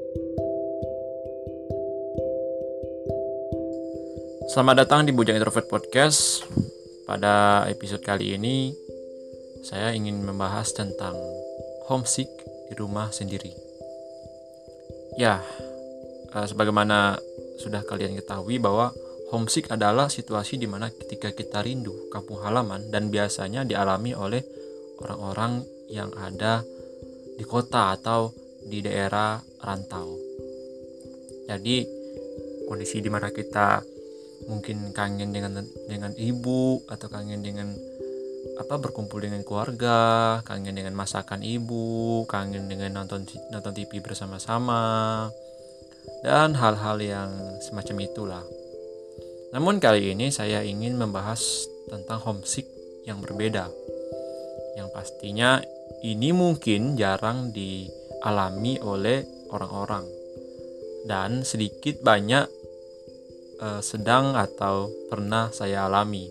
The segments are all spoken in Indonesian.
Selamat datang di Bujang Introvert Podcast. Pada episode kali ini, saya ingin membahas tentang homesick di rumah sendiri. Ya, sebagaimana sudah kalian ketahui bahwa homesick adalah situasi di mana ketika kita rindu kampung halaman dan biasanya dialami oleh orang-orang yang ada di kota atau di daerah rantau. Jadi kondisi di mana kita mungkin kangen dengan ibu atau kangen dengan berkumpul dengan keluarga, kangen dengan masakan ibu, kangen dengan nonton TV bersama-sama dan hal-hal yang semacam itulah. Namun kali ini saya ingin membahas tentang homesick yang berbeda, yang pastinya ini mungkin jarang dialami oleh orang-orang dan sedikit banyak sedang atau pernah saya alami.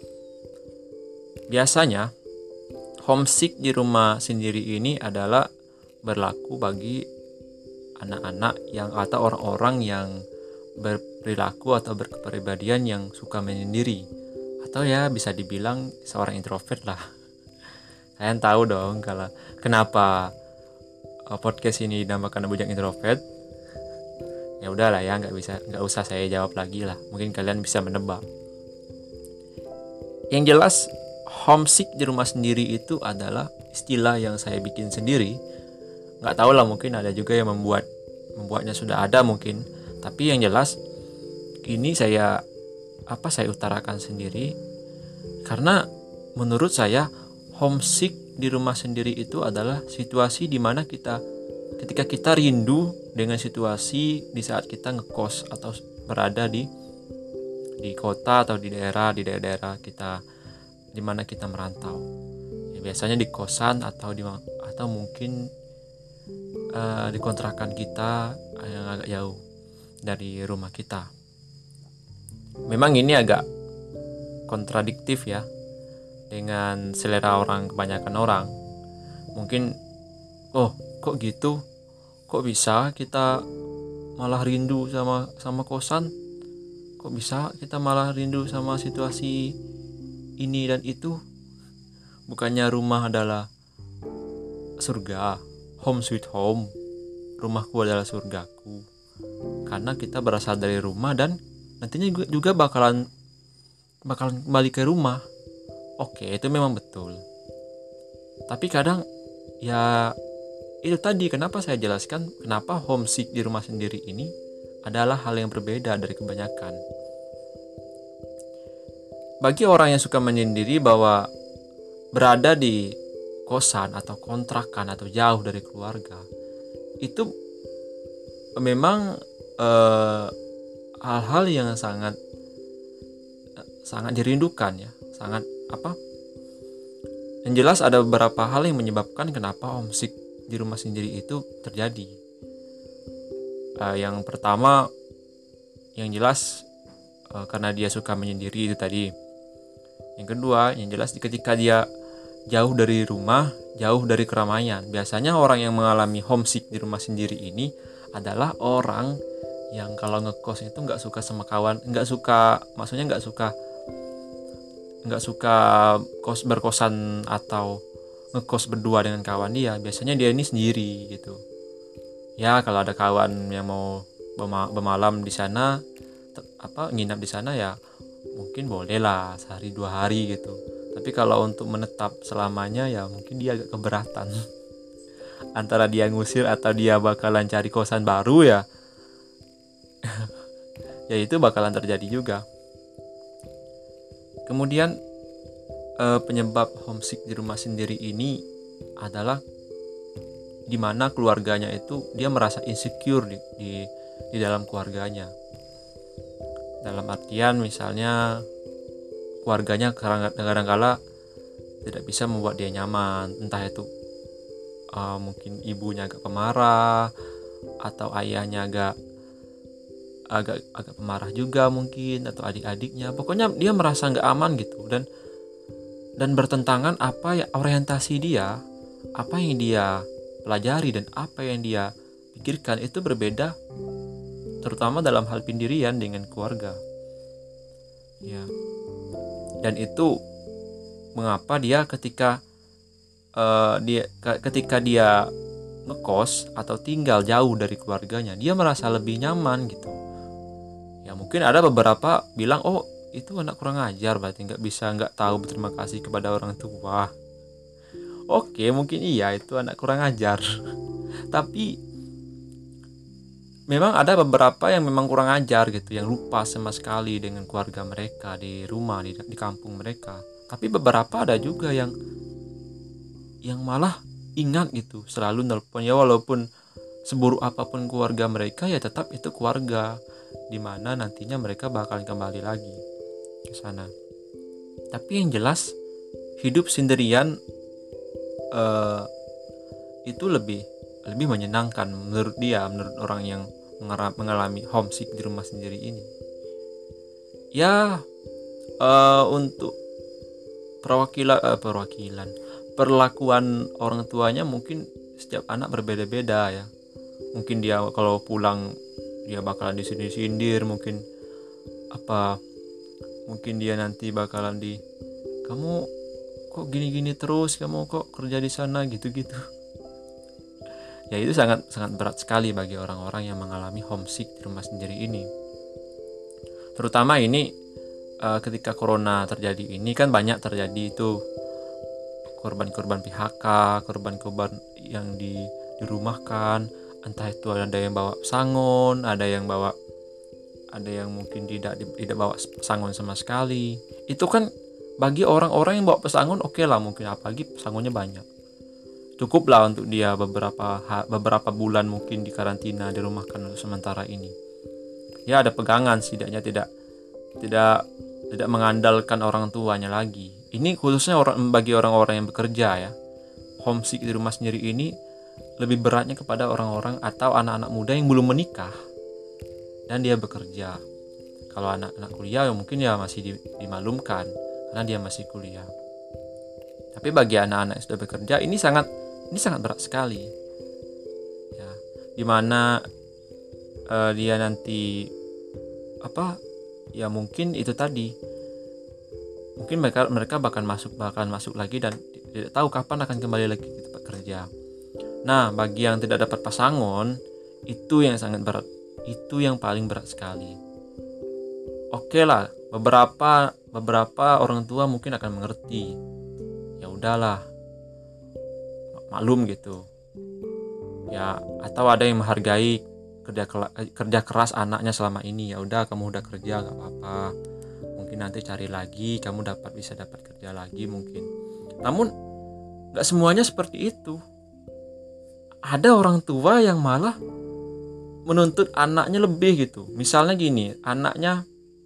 Biasanya homesick di rumah sendiri ini adalah berlaku bagi anak-anak yang atau orang-orang yang berperilaku atau berkepribadian yang suka menyendiri, atau ya bisa dibilang seorang introvert lah. Kalian tahu dong kalau kenapa podcast ini dinamakan Bujang Introvert. Ya udahlah ya, nggak usah saya jawab lagi lah. Mungkin kalian bisa menebak. Yang jelas, homesick di rumah sendiri itu adalah istilah yang saya bikin sendiri. Nggak tahu lah, mungkin ada juga yang membuatnya sudah ada mungkin. Tapi yang jelas, ini saya utarakan sendiri karena menurut saya homesick di rumah sendiri itu adalah situasi di mana ketika kita rindu dengan situasi di saat kita ngekos atau berada di kota atau di daerah kita di mana kita merantau. Ya, biasanya di kosan atau mungkin di kontrakan kita yang agak jauh dari rumah kita. Memang ini agak kontradiktif ya dengan selera kebanyakan orang. Mungkin kok gitu? Kok bisa kita malah rindu sama kosan? Kok bisa kita malah rindu sama situasi ini dan itu? Bukannya rumah adalah surga, home sweet home. Rumahku adalah surgaku. Karena kita berasal dari rumah dan nantinya juga bakalan kembali ke rumah. Oke, itu memang betul. Tapi kadang ya itu tadi kenapa saya jelaskan kenapa homesick di rumah sendiri ini adalah hal yang berbeda dari kebanyakan. Bagi orang yang suka menyendiri bahwa berada di kosan atau kontrakan atau jauh dari keluarga, itu memang hal-hal yang sangat dirindukan ya, Yang jelas ada beberapa hal yang menyebabkan kenapa homesick di rumah sendiri itu terjadi. Yang pertama, yang jelas karena dia suka menyendiri itu tadi. Yang kedua, yang jelas ketika dia jauh dari rumah, jauh dari keramaian. Biasanya orang yang mengalami homesick di rumah sendiri ini adalah orang yang kalau ngekos itu nggak suka sama kawan, nggak suka berkosan atau ngekos berdua dengan kawan dia. Biasanya dia ini sendiri gitu. Ya kalau ada kawan yang mau bermalam di sana, nginap di sana ya mungkin boleh lah sehari 2 hari gitu. Tapi kalau untuk menetap selamanya ya mungkin dia agak keberatan. Antara dia ngusir atau dia bakalan cari kosan baru ya. Ya itu bakalan terjadi juga. Kemudian penyebab homesick di rumah sendiri ini adalah di mana keluarganya itu dia merasa insecure di dalam keluarganya. Dalam artian misalnya keluarganya kadang-kala tidak bisa membuat dia nyaman, entah itu mungkin ibunya agak pemarah atau ayahnya agak pemarah juga mungkin, atau adik-adiknya. Pokoknya dia merasa nggak aman gitu dan bertentangan apa ya orientasi dia, apa yang dia pelajari dan apa yang dia pikirkan itu berbeda, terutama dalam hal pendirian dengan keluarga. Ya. Dan itu mengapa dia ketika dia ngekos atau tinggal jauh dari keluarganya, dia merasa lebih nyaman gitu. Ya mungkin ada beberapa bilang, oh itu anak kurang ajar, berarti nggak tahu berterima kasih kepada orang tua. Oke, mungkin iya itu anak kurang ajar. Tapi memang ada beberapa yang memang kurang ajar gitu, yang lupa sama sekali dengan keluarga mereka di rumah, di kampung mereka. Tapi beberapa ada juga yang malah ingat gitu, selalu nelpon, ya walaupun seburuk apapun keluarga mereka, ya tetap itu keluarga, dimana nantinya mereka bakal kembali lagi ke sana. Tapi yang jelas hidup sendirian itu lebih menyenangkan menurut orang yang mengalami homesick di rumah sendiri ini. Ya untuk perlakuan orang tuanya mungkin setiap anak berbeda-beda ya. Mungkin dia kalau pulang dia bakalan disindir, mungkin dia nanti bakalan kamu kok gini-gini terus, kamu kok kerja di sana gitu-gitu. Ya itu sangat berat sekali bagi orang-orang yang mengalami homesick di rumah sendiri ini. Terutama ini ketika corona terjadi ini kan banyak terjadi itu korban-korban PHK, korban-korban yang dirumahkan, entah itu ada yang bawa pesangon, ada yang mungkin tidak bawa pesangon sama sekali. Itu kan bagi orang-orang yang bawa pesangon oke lah, mungkin apalagi pesangonnya banyak. Cukup lah untuk dia beberapa bulan mungkin di karantina, dirumahkan untuk sementara ini. Ya ada pegangan, setidaknya tidak mengandalkan orang tuanya lagi. Ini khususnya bagi orang-orang yang bekerja ya. Homesick di rumah sendiri ini lebih beratnya kepada orang-orang atau anak-anak muda yang belum menikah dan dia bekerja. Kalau anak-anak kuliah ya mungkin ya masih dimaklumkan karena dia masih kuliah. Tapi bagi anak-anak yang sudah bekerja ini sangat berat sekali. Ya, dimana dia nanti ya mungkin itu tadi, mungkin mereka bahkan masuk lagi dan tidak tahu kapan akan kembali lagi ke tempat kerja. Nah, bagi yang tidak dapat pasangan, itu yang sangat berat, itu yang paling berat sekali. Oke lah, beberapa orang tua mungkin akan mengerti, ya udahlah, maklum gitu ya, atau ada yang menghargai kerja keras anaknya selama ini. Ya udah, kamu udah kerja gak apa-apa, mungkin nanti cari lagi, kamu bisa dapat kerja lagi mungkin. Namun gak semuanya seperti itu. Ada orang tua yang malah menuntut anaknya lebih gitu. Misalnya gini, anaknya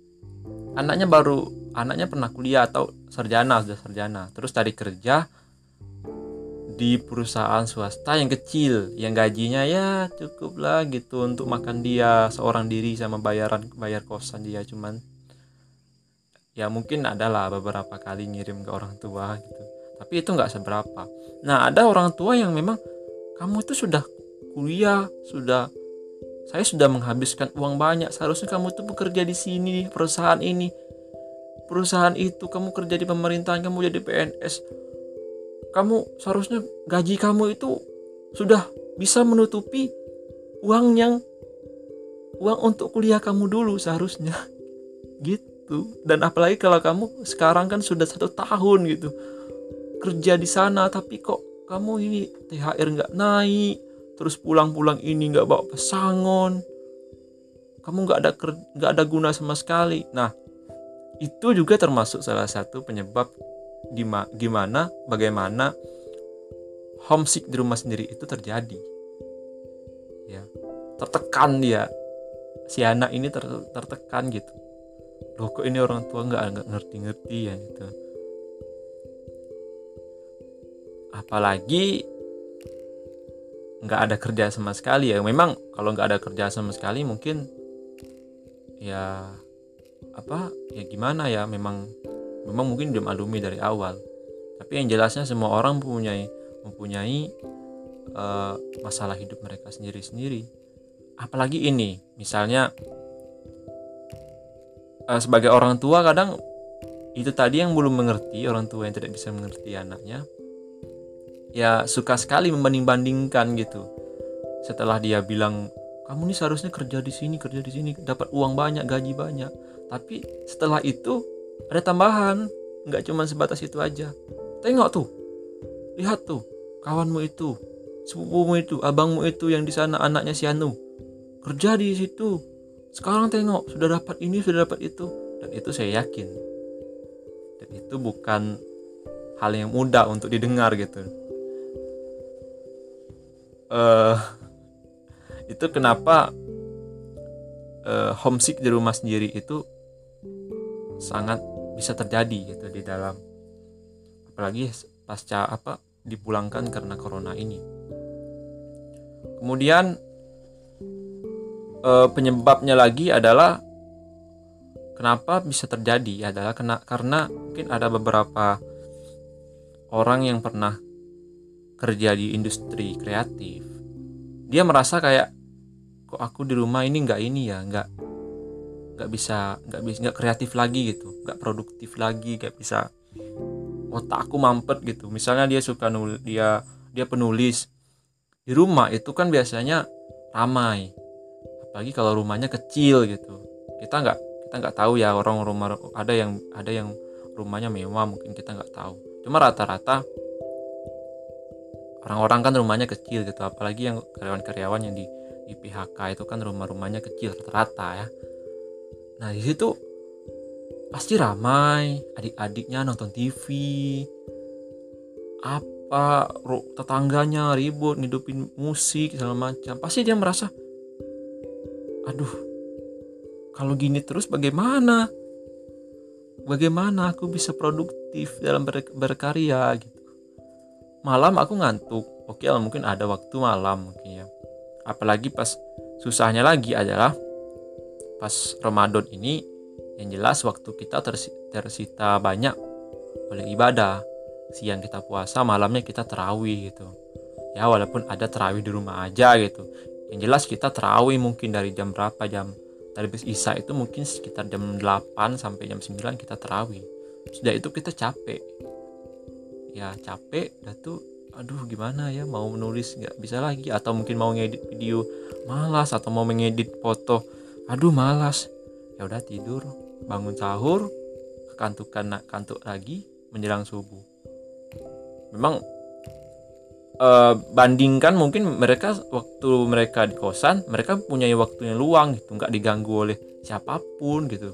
pernah kuliah atau sudah sarjana, terus cari kerja di perusahaan swasta yang kecil, yang gajinya ya cukup lah gitu untuk makan dia seorang diri sama bayar kosan dia, cuman ya mungkin adalah beberapa kali ngirim ke orang tua gitu, tapi itu nggak seberapa. Nah, ada orang tua yang memang, kamu itu sudah kuliah, saya sudah menghabiskan uang banyak, seharusnya kamu tuh bekerja di sini, perusahaan ini, perusahaan itu, kamu kerja di pemerintahan, kamu jadi PNS, kamu seharusnya gaji kamu itu sudah bisa menutupi uang untuk kuliah kamu dulu seharusnya gitu. Dan apalagi kalau kamu sekarang kan sudah 1 tahun gitu kerja di sana, tapi kok kamu ini THR nggak naik, terus pulang ini nggak bawa pesangon, kamu nggak ada guna sama sekali. Nah, itu juga termasuk salah satu penyebab bagaimana homesick di rumah sendiri itu terjadi. Ya, tertekan dia, si anak ini tertekan gitu. Loh, kok ini orang tua nggak ngerti ya gitu. Apalagi nggak ada kerja sama sekali ya. Memang kalau nggak ada kerja sama sekali mungkin ya gimana ya, memang mungkin dimaklumi dari awal. Tapi yang jelasnya semua orang mempunyai masalah hidup mereka sendiri-sendiri. Apalagi ini, misalnya sebagai orang tua kadang itu tadi yang belum mengerti, orang tua yang tidak bisa mengerti anaknya, ya suka sekali membanding-bandingkan gitu. Setelah dia bilang, kamu nih seharusnya kerja di sini, dapat uang banyak, gaji banyak. Tapi setelah itu ada tambahan, nggak cuma sebatas itu aja. Tengok tuh, lihat tuh, kawanmu itu, sepupumu itu, abangmu itu yang di sana anaknya si Anu kerja di situ. Sekarang tengok, sudah dapat ini, sudah dapat itu. Dan itu saya yakin, dan itu bukan hal yang mudah untuk didengar gitu. Itu kenapa homesick di rumah sendiri itu sangat bisa terjadi gitu di dalam, apalagi pasca dipulangkan karena corona ini. Kemudian penyebabnya lagi adalah kenapa bisa terjadi adalah karena mungkin ada beberapa orang yang pernah kerja di industri kreatif. Dia merasa kayak, kok aku di rumah ini nggak kreatif lagi gitu, nggak produktif lagi, nggak bisa, otak aku mampet gitu. Misalnya dia suka nulis, dia penulis di rumah itu kan biasanya ramai, apalagi kalau rumahnya kecil gitu. Kita nggak tahu ya, orang rumah ada yang rumahnya mewah, mungkin kita nggak tahu. Cuma rata-rata orang-orang kan rumahnya kecil gitu, apalagi yang karyawan-karyawan yang di PHK itu kan rumahnya kecil rata-rata ya. Nah di situ pasti ramai, adik-adiknya nonton TV, tetangganya ribut ngidupin musik segala macam. Pasti dia merasa, aduh, kalau gini terus bagaimana aku bisa produktif dalam berkarya gitu. Malam aku ngantuk, oke lah, mungkin ada waktu malam mungkin ya. Apalagi pas susahnya lagi adalah pas Ramadan ini, yang jelas waktu kita tersita banyak oleh ibadah. Siang kita puasa, malamnya kita tarawih gitu. Ya walaupun ada tarawih di rumah aja gitu. Yang jelas kita tarawih mungkin dari jam berapa, dari Isya itu mungkin sekitar jam 8 sampai jam 9 kita tarawih. Sudah itu kita capek. Ya capek, dah tuh aduh gimana ya, mau menulis nggak bisa lagi, atau mungkin mau ngedit video malas, atau mau mengedit foto aduh malas. Ya udah tidur, bangun sahur, kantuk lagi menjelang subuh. Memang bandingkan mungkin mereka waktu mereka di kosan, mereka punya waktu yang luang gitu, nggak diganggu oleh siapapun gitu.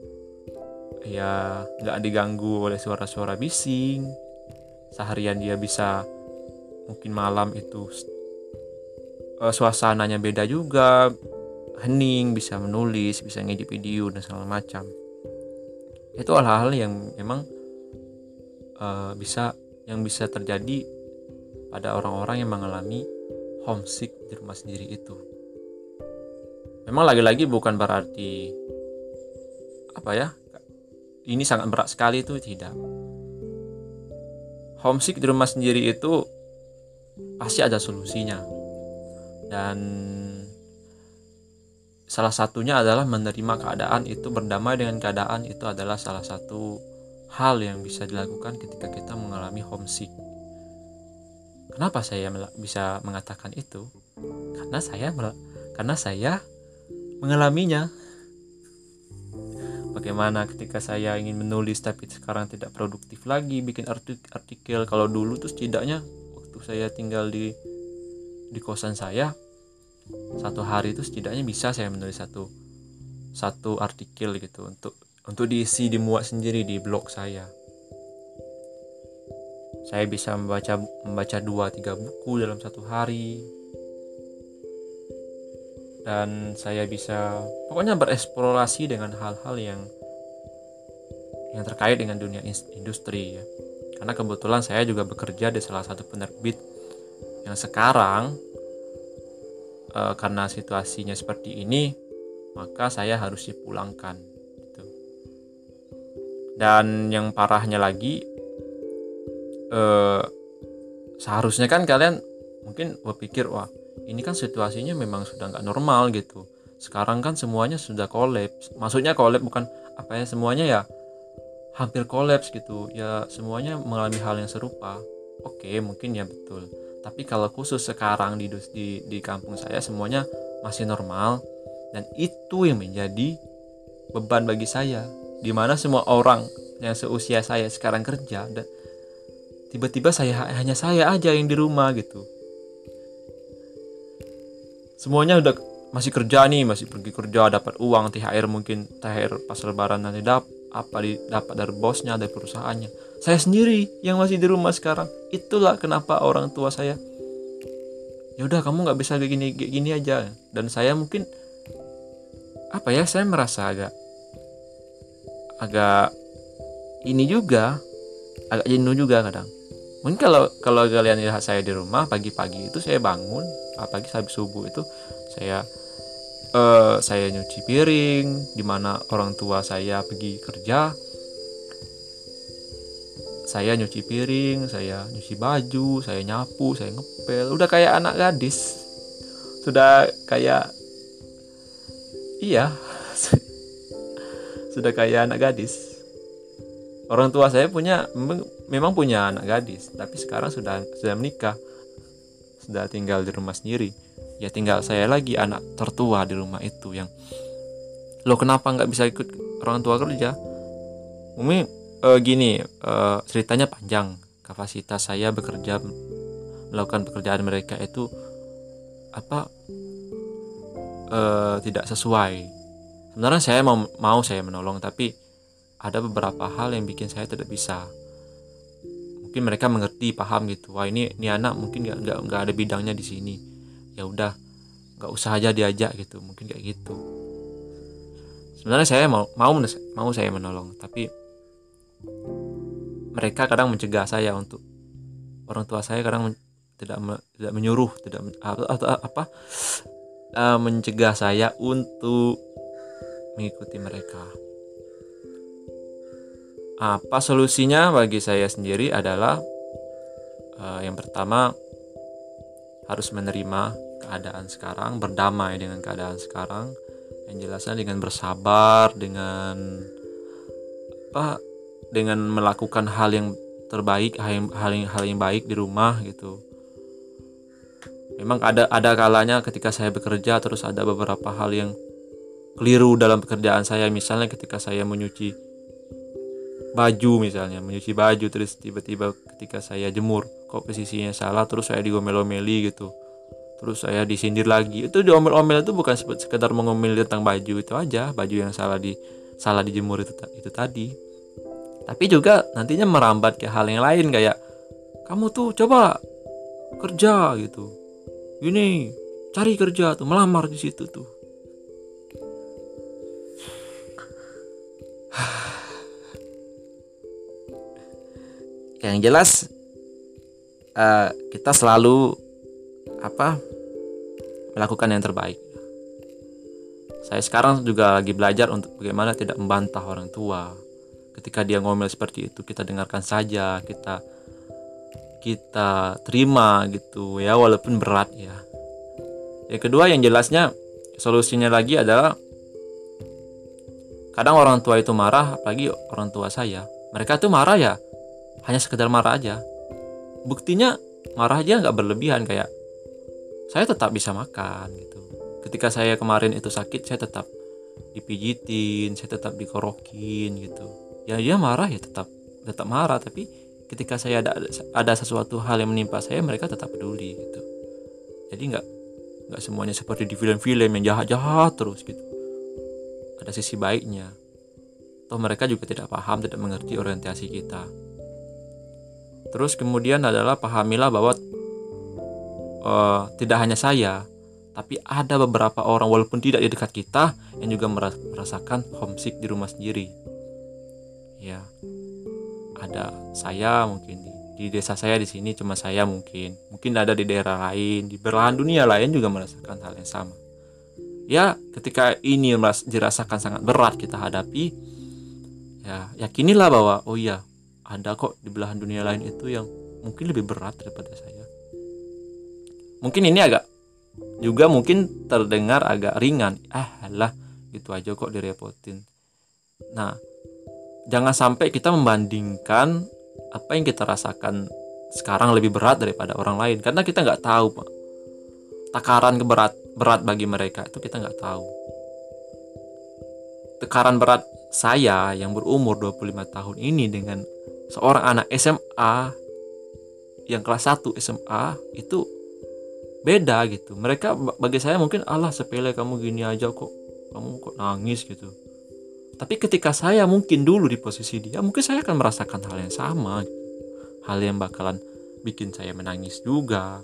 Ya nggak diganggu oleh suara-suara bising. Seharian dia bisa, mungkin malam itu suasananya beda juga, hening, bisa menulis, bisa ngedit video dan segala macam. Itu hal-hal yang memang bisa terjadi pada orang-orang yang mengalami homesick di rumah sendiri itu. Memang lagi-lagi bukan berarti ini sangat berat sekali, itu tidak. Homesick di rumah sendiri itu pasti ada solusinya, dan salah satunya adalah menerima keadaan itu, berdamai dengan keadaan itu adalah salah satu hal yang bisa dilakukan ketika kita mengalami homesick. Kenapa saya bisa mengatakan itu? Karena saya mengalaminya. Bagaimana ketika saya ingin menulis tapi sekarang tidak produktif lagi bikin artikel. Kalau dulu tuh setidaknya waktu saya tinggal di kosan saya, satu hari itu setidaknya bisa saya menulis satu artikel gitu untuk diisi, dimuat sendiri di blog saya. Saya bisa membaca 2-3 buku dalam satu hari. Dan saya bisa pokoknya bereksplorasi dengan hal-hal yang terkait dengan dunia industri ya. Karena kebetulan saya juga bekerja di salah satu penerbit yang sekarang karena situasinya seperti ini, maka saya harus dipulangkan gitu. Dan yang parahnya lagi, seharusnya kan kalian mungkin berpikir, wah ini kan situasinya memang sudah nggak normal gitu. Sekarang kan semuanya sudah kolaps. Maksudnya kolaps bukan apa ya, semuanya ya hampir kolaps gitu. Ya semuanya mengalami hal yang serupa. Oke, mungkin ya betul. Tapi kalau khusus sekarang di kampung saya semuanya masih normal, dan itu yang menjadi beban bagi saya. Dimana semua orang yang seusia saya sekarang kerja, dan tiba-tiba hanya saya aja yang di rumah gitu. Semuanya udah masih kerja nih, masih pergi kerja, dapat uang, THR mungkin, THR pas lebaran nanti dapat dari bosnya, dari perusahaannya. Saya sendiri yang masih di rumah sekarang. Itulah kenapa orang tua saya, ya udah kamu nggak bisa kayak gini aja. Dan saya mungkin apa ya, saya merasa agak ini juga, agak jenuh juga kadang. Mungkin kalau kalian lihat saya di rumah pagi-pagi itu saya bangun, pagi habis subuh itu saya saya nyuci piring, dimana orang tua saya pergi kerja, saya nyuci piring, saya nyuci baju, saya nyapu, saya ngepel, udah kayak anak gadis, sudah kayak, iya, sudah kayak anak gadis. Orang tua saya memang punya anak gadis, tapi sekarang sudah menikah, sudah tinggal di rumah sendiri. Ya tinggal saya lagi, anak tertua di rumah itu, yang lo kenapa nggak bisa ikut orang tua kerja? Umi gini, ceritanya panjang. Kapasitas saya bekerja, melakukan pekerjaan mereka itu apa, tidak sesuai. Sebenarnya saya mau saya menolong, tapi ada beberapa hal yang bikin saya tidak bisa. Mungkin mereka mengerti, paham gitu. Wah ini anak mungkin nggak ada bidangnya di sini. Ya udah, nggak usah aja diajak gitu. Mungkin kayak gitu. Sebenarnya saya mau saya menolong, tapi mereka kadang mencegah saya untuk, orang tua saya kadang tidak menyuruh, tidak mencegah saya untuk mengikuti mereka. Apa solusinya bagi saya sendiri adalah yang pertama, harus menerima keadaan sekarang, berdamai dengan keadaan sekarang, yang jelasnya dengan bersabar, dengan melakukan hal yang terbaik, hal yang baik di rumah gitu. Memang ada kalanya ketika saya bekerja terus ada beberapa hal yang keliru dalam pekerjaan saya. Misalnya ketika saya menyuci baju terus tiba-tiba ketika saya jemur kok posisinya salah, terus saya digomel-omeli gitu, terus saya disindir lagi. Itu diomel-omel itu bukan sekedar mengomel tentang baju itu aja, baju yang salah dijemur itu tadi, tapi juga nantinya merambat ke hal yang lain, kayak kamu tuh coba kerja gitu, ini cari kerja tuh, melamar di situ tuh. Yang jelas kita selalu melakukan yang terbaik. Saya sekarang juga lagi belajar untuk bagaimana tidak membantah orang tua. Ketika dia ngomel seperti itu, kita dengarkan saja, kita terima gitu ya, walaupun berat ya. Yang kedua, yang jelasnya solusinya lagi adalah, kadang orang tua itu marah, apalagi orang tua saya, mereka tuh marah ya hanya sekedar marah aja. Buktinya marah aja nggak berlebihan, kayak saya tetap bisa makan gitu. Ketika saya kemarin itu sakit, saya tetap dipijitin, saya tetap dikorokin gitu. Ya dia marah ya tetap marah, tapi ketika saya ada sesuatu hal yang menimpa saya, mereka tetap peduli gitu. Jadi nggak semuanya seperti di film-film yang jahat-jahat terus gitu. Ada sisi baiknya. Toh mereka juga tidak paham, tidak mengerti orientasi kita. Terus kemudian adalah pahamilah bahwa tidak hanya saya, tapi ada beberapa orang walaupun tidak di dekat kita yang juga merasakan homesick di rumah sendiri. Ya, ada saya mungkin di desa saya di sini cuma saya, mungkin ada di daerah lain, di belahan dunia lain juga merasakan hal yang sama. Ya, ketika ini dirasakan sangat berat kita hadapi, ya yakinilah bahwa oh iya, ada kok di belahan dunia lain itu yang mungkin lebih berat daripada saya. Mungkin ini agak juga mungkin terdengar agak ringan. Alah, gitu aja kok direpotin. Nah, jangan sampai kita membandingkan apa yang kita rasakan sekarang lebih berat daripada orang lain, karena kita nggak tahu, Pak. Takaran berat bagi mereka itu kita nggak tahu. Tekaran berat saya yang berumur 25 tahun ini dengan seorang anak SMA yang kelas 1 SMA itu beda gitu. Mereka bagi saya mungkin, alah sepele kamu gini aja kok, kamu kok nangis gitu. Tapi ketika saya mungkin dulu di posisi dia, mungkin saya akan merasakan hal yang sama, hal yang bakalan bikin saya menangis juga.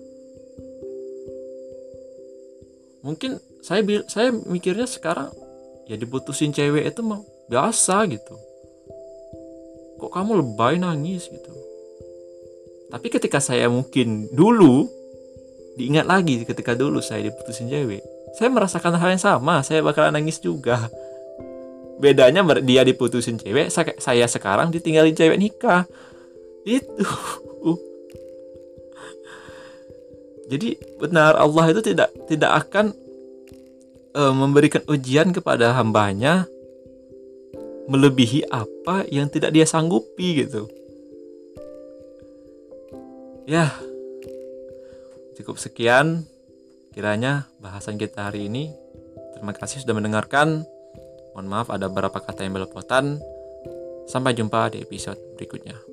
Mungkin saya mikirnya sekarang, ya diputusin cewek itu mah biasa gitu. Kok kamu lebay nangis gitu. Tapi ketika saya mungkin dulu, diingat lagi ketika dulu saya diputusin cewek, saya merasakan hal yang sama, saya bakalan nangis juga. Bedanya dia diputusin cewek, saya sekarang ditinggalin cewek nikah. Itu. Jadi benar, Allah itu tidak akan memberikan ujian kepada hambanya melebihi apa yang tidak dia sanggupi gitu. Ya, cukup sekian kiranya bahasan kita hari ini. Terima kasih sudah mendengarkan. Mohon maaf ada beberapa kata yang belepotan. Sampai jumpa di episode berikutnya.